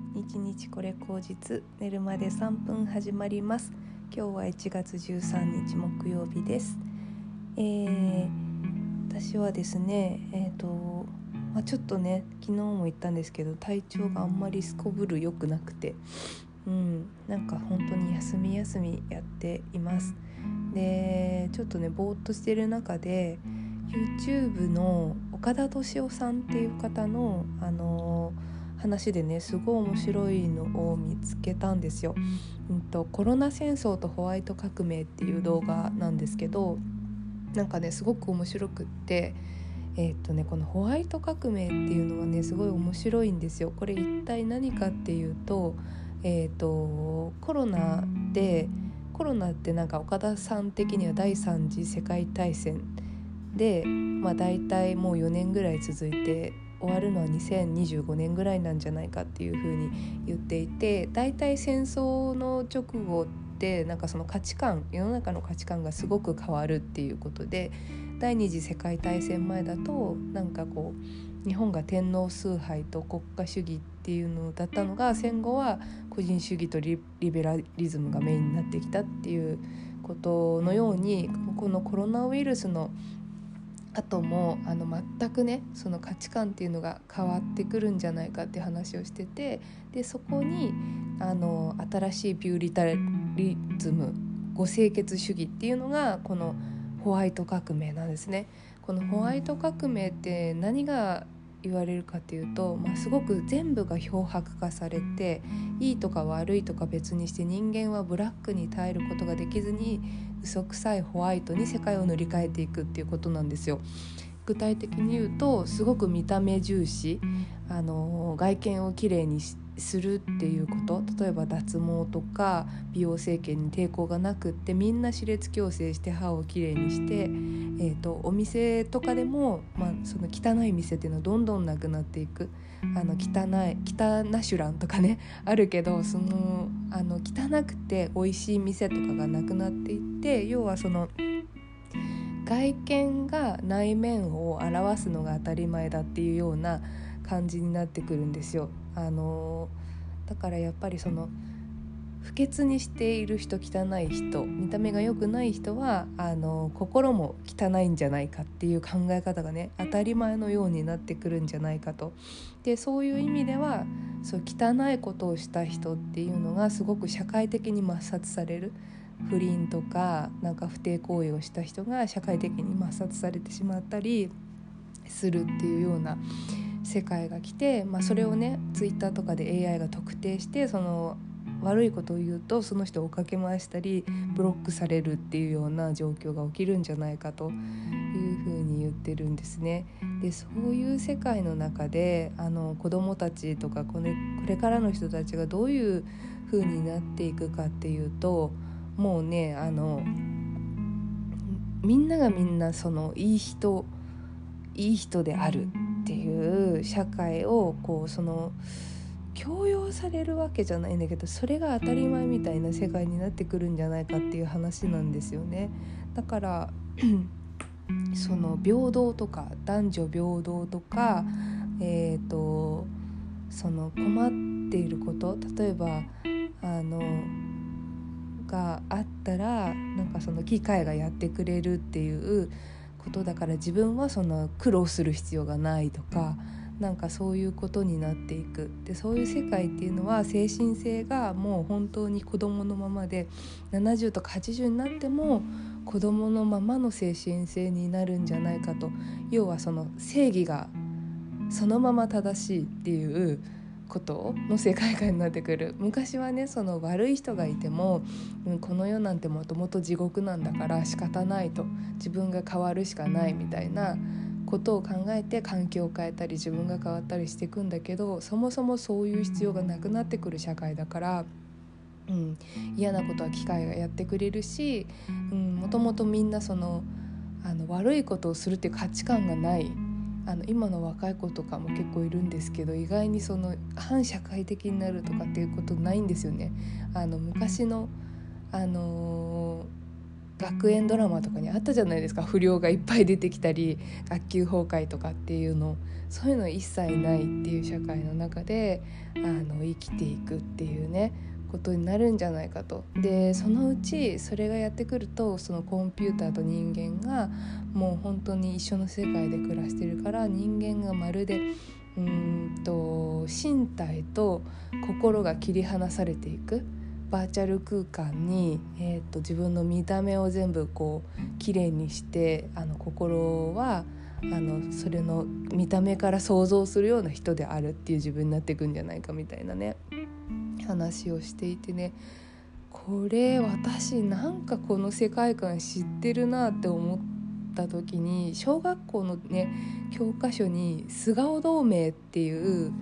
日々これ口実、寝るまで3分始まります。今日は1月13日木曜日です。私はですねちょっとね昨日も言ったんですけど、体調があんまりすこぶる良くなくて、なんか本当に休みやっています。でちょっとねぼーっとしてる中で YouTube の岡田敏夫さんっていう方の話でねすごい面白いのを見つけたんですよ。コロナ戦争とホワイト革命っていう動画なんですけど、なんかねすごく面白くって、このホワイト革命っていうのはねすごい面白いんですよ。これ一体何かっていうと、コロナってなんか岡田さん的には第三次世界大戦で、だいたいもう4年ぐらい続いて終わるのは2025年ぐらいなんじゃないかっていうふうに言っていて、だいたい戦争の直後ってなんかその世の中の価値観がすごく変わるっていうことで、第二次世界大戦前だとなんかこう日本が天皇崇拝と国家主義っていうのだったのが、戦後は個人主義とリベラリズムがメインになってきたっていうことのように、このコロナウイルスの後も全くねその価値観っていうのが変わってくるんじゃないかって話をしてて、でそこに新しいピューリタリズム、ご清潔主義っていうのがこのホワイト革命なんですね。このホワイト革命って何が言われるかっていうと、すごく全部が漂白化されて、いいとか悪いとか別にして人間はブラックに耐えることができずに嘘くさいホワイトに世界を塗り替えていくっていうことなんですよ。具体的に言うとすごく見た目重視、外見をきれいにするっていうこと、例えば脱毛とか美容整形に抵抗がなくって、みんな歯列矯正して歯をきれいにして、お店とかでも、その汚い店っていうのはどんどんなくなっていく。汚ナシュランとかねあるけど、その汚くて美味しい店とかがなくなっていって、要はその外見が内面を表すのが当たり前だっていうような感じになってくるんですよ。だからやっぱりその不潔にしている人、汚い人、見た目が良くない人は心も汚いんじゃないかっていう考え方がね当たり前のようになってくるんじゃないかと。でそういう意味ではそう汚いことをした人っていうのがすごく社会的に抹殺される。不倫とかなんか不貞行為をした人が社会的に抹殺されてしまったりするっていうような世界が来て、それをねツイッターとかで AI が特定して、その悪いことを言うとその人を追っかけ回したりブロックされるっていうような状況が起きるんじゃないかというふうに言ってるんですね。でそういう世界の中で子どもたちとかこれからの人たちがどういうふうになっていくかっていうと、もうねみんながみんなそのいい人であるっていう社会をこうその強要されるわけじゃないんだけど、それが当たり前みたいな世界になってくるんじゃないかっていう話なんですよね。だからその平等とか男女平等とか、その困っていること、例えばがあったらなんかその機械がやってくれるっていうことだから、自分はその苦労する必要がないとか、なんかそういうことになっていく。でそういう世界っていうのは精神性がもう本当に子供のままで、70とか80になっても子供のままの精神性になるんじゃないかと。要はその正義がそのまま正しいっていうことの世界観になってくる。昔はねその悪い人がいても、この世なんてもともと地獄なんだから仕方ないと、自分が変わるしかないみたいなことを考えて環境を変えたり自分が変わったりしていくんだけど、そもそもそういう必要がなくなってくる社会だから、嫌なことは機械がやってくれるし、もともとみんなその悪いことをするっていう価値観がない。今の若い子とかも結構いるんですけど、意外にその反社会的になるとかっていうことないんですよね。昔の学園ドラマとかにあったじゃないですか。不良がいっぱい出てきたり学級崩壊とかっていうの、そういうの一切ないっていう社会の中で生きていくっていうねことになるんじゃないかと。でそのうちそれがやってくると、そのコンピューターと人間がもう本当に一緒の世界で暮らしてるから、人間がまるで身体と心が切り離されていくバーチャル空間に、自分の見た目を全部こう綺麗にして、心はそれの見た目から想像するような人であるっていう自分になっていくんじゃないかみたいなね話をしていてね、これ私なんかこの世界観知ってるなって思った時に、小学校のね教科書に素顔同盟っていう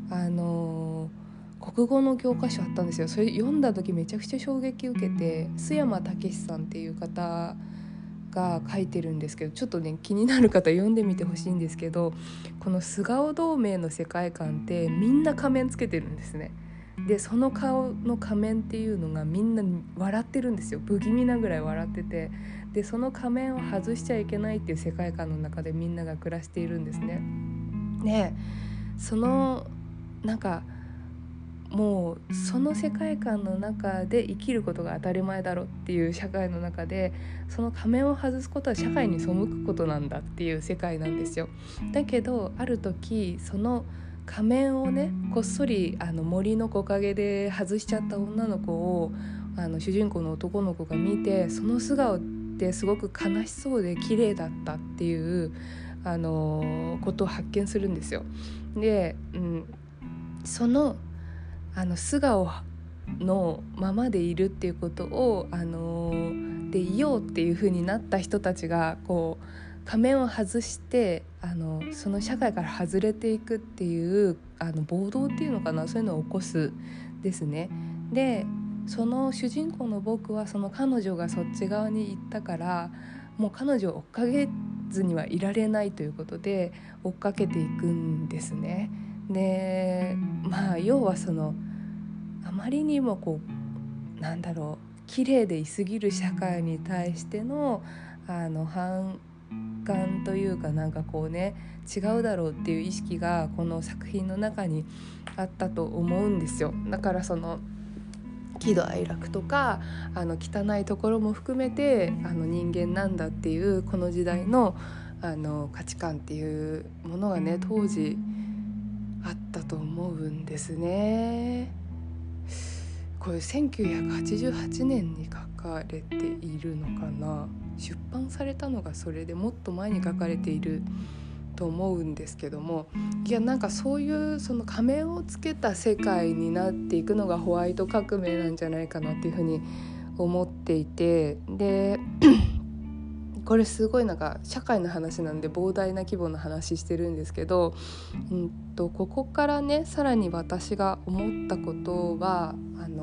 国語の教科書あったんですよ。それ読んだ時めちゃくちゃ衝撃受けて、須山武さんっていう方が書いてるんですけど、ちょっとね気になる方読んでみてほしいんですけど、この素顔同盟の世界観ってみんな仮面つけてるんですね。でその顔の仮面っていうのがみんな笑ってるんですよ。不気味なぐらい笑ってて、でその仮面を外しちゃいけないっていう世界観の中でみんなが暮らしているんですね。でそのなんかもうその世界観の中で生きることが当たり前だろっていう社会の中で、その仮面を外すことは社会に背くことなんだっていう世界なんですよ。だけどある時その仮面をねこっそり森の木陰で外しちゃった女の子を主人公の男の子が見て、その素顔ってすごく悲しそうで綺麗だったっていうことを発見するんですよ。で、その素顔のままでいるっていうことを、でいようっていう風になった人たちがこう仮面を外してその社会から外れていくっていう暴動っていうのかな、そういうのを起こすですね。でその主人公の僕はその彼女がそっち側に行ったから、もう彼女を追っかけずにはいられないということで追っかけていくんですね。で要はそのあまりにもこう綺麗でいすぎる社会に対しての反感というか、こうね違うだろうっていう意識がこの作品の中にあったと思うんですよ。だからその喜怒哀楽とか汚いところも含めて人間なんだっていうこの時代の価値観っていうものがね当時あったと思うんですね。これ1988年に書かれているのかな、出版されたのがそれでもっと前に書かれていると思うんですけども、いやそういうその仮面をつけた世界になっていくのがホワイト革命なんじゃないかなっていうふうに思っていて、でこれすごい社会の話なんで膨大な規模の話してるんですけど、ここからねさらに私が思ったことは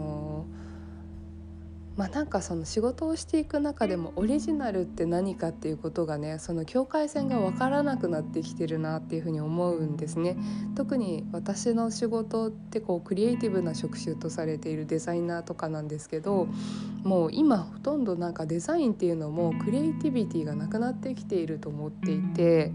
その仕事をしていく中でもオリジナルって何かっていうことがね、その境界線が分からなくなってきてるなっていうふうに思うんですね。特に私の仕事ってこうクリエイティブな職種とされているデザイナーとかなんですけど、もう今ほとんどデザインっていうのもクリエイティビティがなくなってきていると思っていて、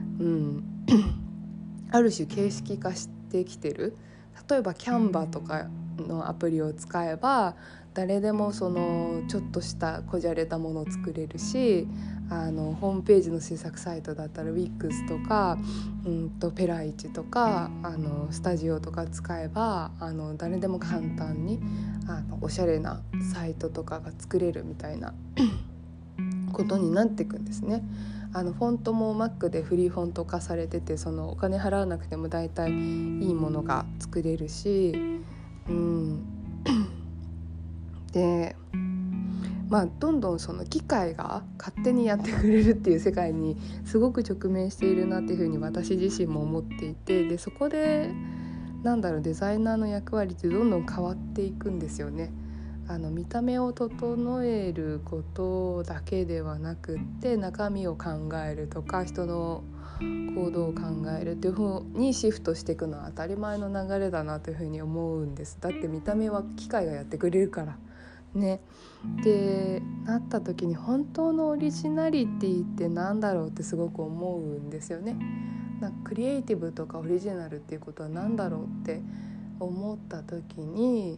ある種形式化してきてる。例えばキャンバとかのアプリを使えば誰でもそのちょっとしたこじゃれたものを作れるし、ホームページの制作サイトだったら Wix とかペライチとかスタジオとか使えば誰でも簡単におしゃれなサイトとかが作れるみたいなことになっていくんですね。フォントも Mac でフリーフォント化されてて、そのお金払わなくてもだいたいいいものが作れるし、でどんどんその機械が勝手にやってくれるっていう世界にすごく直面しているなっていうふうに私自身も思っていて、でそこでデザイナーの役割ってどんどん変わっていくんですよね。見た目を整えることだけではなくって中身を考えるとか人の行動を考えるっていう風にシフトしていくのは当たり前の流れだなというふうに思うんです。だって見た目は機械がやってくれるからっね。でなった時に本当のオリジナリティってなんだろうってすごく思うんですよね。なんかクリエイティブとかオリジナルっていうことは何だろうって思った時に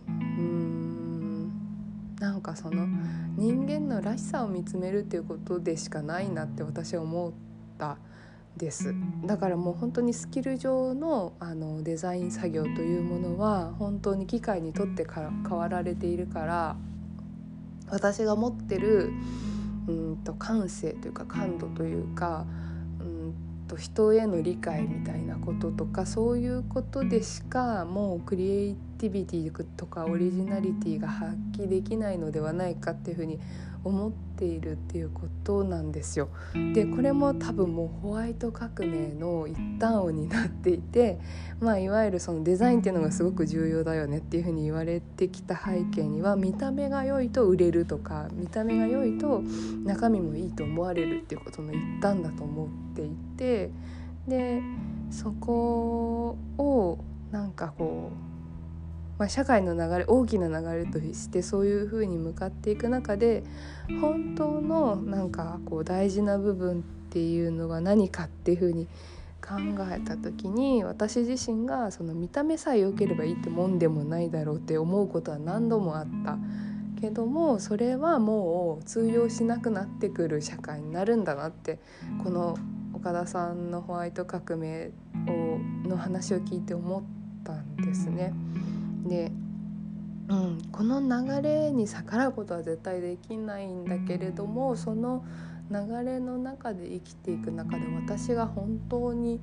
なんかその人間のらしさを見つめるっていうことでしかないなって私は思ったです。だからもう本当にスキル上の、デザイン作業というものは本当に機械にとってから変わられているから、私が持ってる感性というか感度というか人への理解みたいなこととか、そういうことでしかもうクリエイティビティとかオリジナリティが発揮できないのではないかっていうふうに思っているっていうことなんですよ。でこれも多分もうホワイト革命の一端を担っていて、いわゆるそのデザインっていうのがすごく重要だよねっていうふうに言われてきた背景には、見た目が良いと売れるとか、見た目が良いと中身もいいと思われるっていうことの一端だと思っていて、でそこをなんかこう、社会の流れ、大きな流れとしてそういう風に向かっていく中で、本当のなんかこう大事な部分っていうのが何かっていう風に考えた時に、私自身がその見た目さえ良ければいいってもんでもないだろうって思うことは何度もあったけども、それはもう通用しなくなってくる社会になるんだなって、この岡田さんのホワイト革命の話を聞いて思ったんですね。で、この流れに逆らうことは絶対できないんだけれども、その流れの中で生きていく中で私が本当に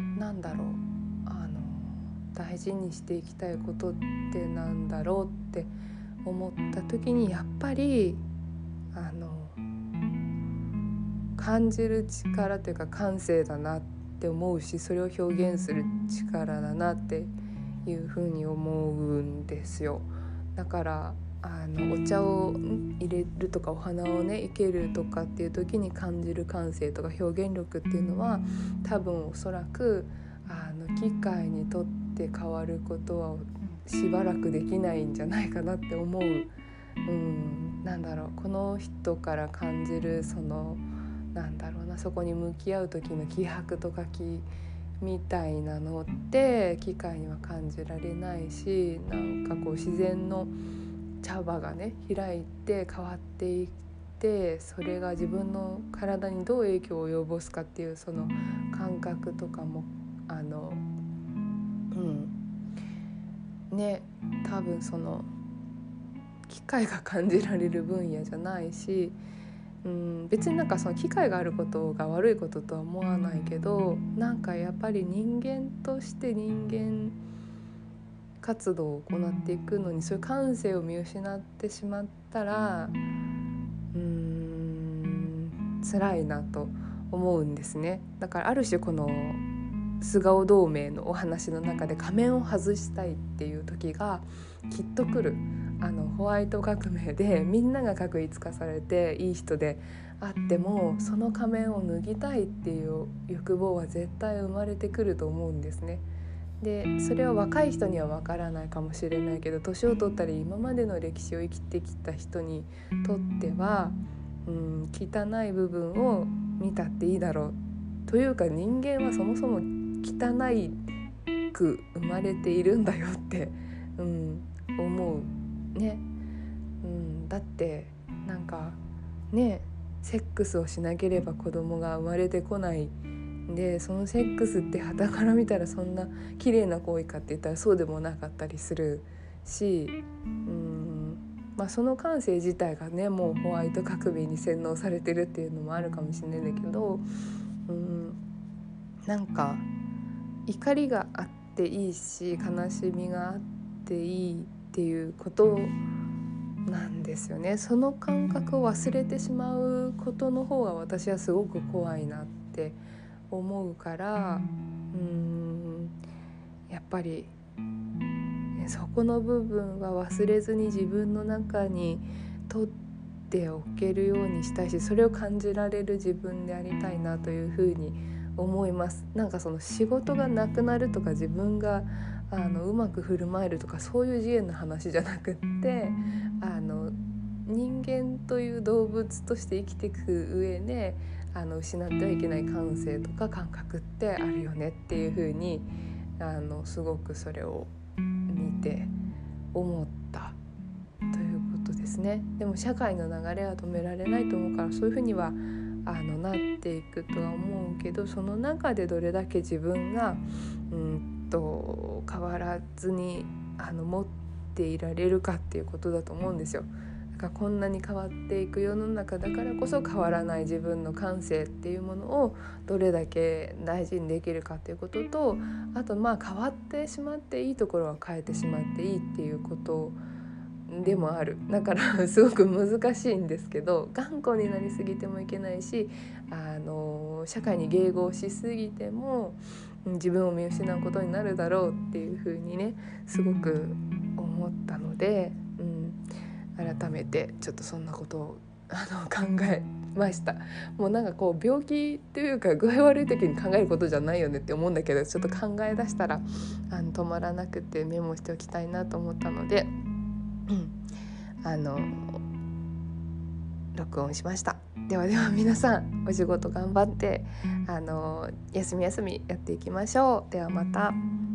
大事にしていきたいことってなんだろうって思った時に、やっぱり感じる力というか感性だなって思うし、それを表現する力だなっていうふうに思うんですよ。だからお茶を入れるとかお花をね生けるとかっていう時に感じる感性とか表現力っていうのは、多分おそらく機械にとって変わることはしばらくできないんじゃないかなって思う。この人から感じるそこに向き合う時の気迫とか気みたいなのって機械には感じられないし、自然の茶葉がね開いて変わっていって、それが自分の体にどう影響を及ぼすかっていうその感覚とかも多分その機械が感じられる分野じゃないし、別にその機会があることが悪いこととは思わないけど、やっぱり人間として人間活動を行っていくのにそういう感性を見失ってしまったら辛いなと思うんですね。だからある種この素顔同盟のお話の中で仮面を外したいっていう時がきっと来る。ホワイト革命でみんなが画一化されていい人であっても、その仮面を脱ぎたいっていう欲望は絶対生まれてくると思うんですね。でそれは若い人には分からないかもしれないけど、年を取ったり今までの歴史を生きてきた人にとっては汚い部分を見たっていいだろうというか、人間はそもそも汚く生まれているんだよって、思うね。だってセックスをしなければ子供が生まれてこないで、そのセックスって傍から見たらそんな綺麗な行為かって言ったらそうでもなかったりするし、その感性自体がねもうホワイト革命に洗脳されてるっていうのもあるかもしれないんだけど、怒りがあっていいし悲しみがあっていいっていうことなんですよね。その感覚を忘れてしまうことの方が私はすごく怖いなって思うから、やっぱりそこの部分は忘れずに自分の中に取っておけるようにしたいし、それを感じられる自分でありたいなというふうに思います。その仕事がなくなるとか自分がうまく振る舞えるとかそういう次元の話じゃなくって、 人間という動物として生きていく上で失ってはいけない感性とか感覚ってあるよねっていう風にすごくそれを見て思ったということですね。でも社会の流れは止められないと思うから、そういう風にはなっていくとは思うけど、その中でどれだけ自分が変わらずに持っていられるかっていうことだと思うんですよ。だからこんなに変わっていく世の中だからこそ、変わらない自分の感性っていうものをどれだけ大事にできるかっていうことと、あと変わってしまっていいところは変えてしまっていいっていうことでもある。だからすごく難しいんですけど、頑固になりすぎてもいけないし、社会に迎合しすぎても自分を見失うことになるだろうっていうふうにね、すごく思ったので、改めてちょっとそんなことを考えました。もう病気というか具合悪い時に考えることじゃないよねって思うんだけど、ちょっと考え出したら止まらなくてメモしておきたいなと思ったので、録音しました。では皆さん、お仕事頑張って休みやっていきましょう。ではまた。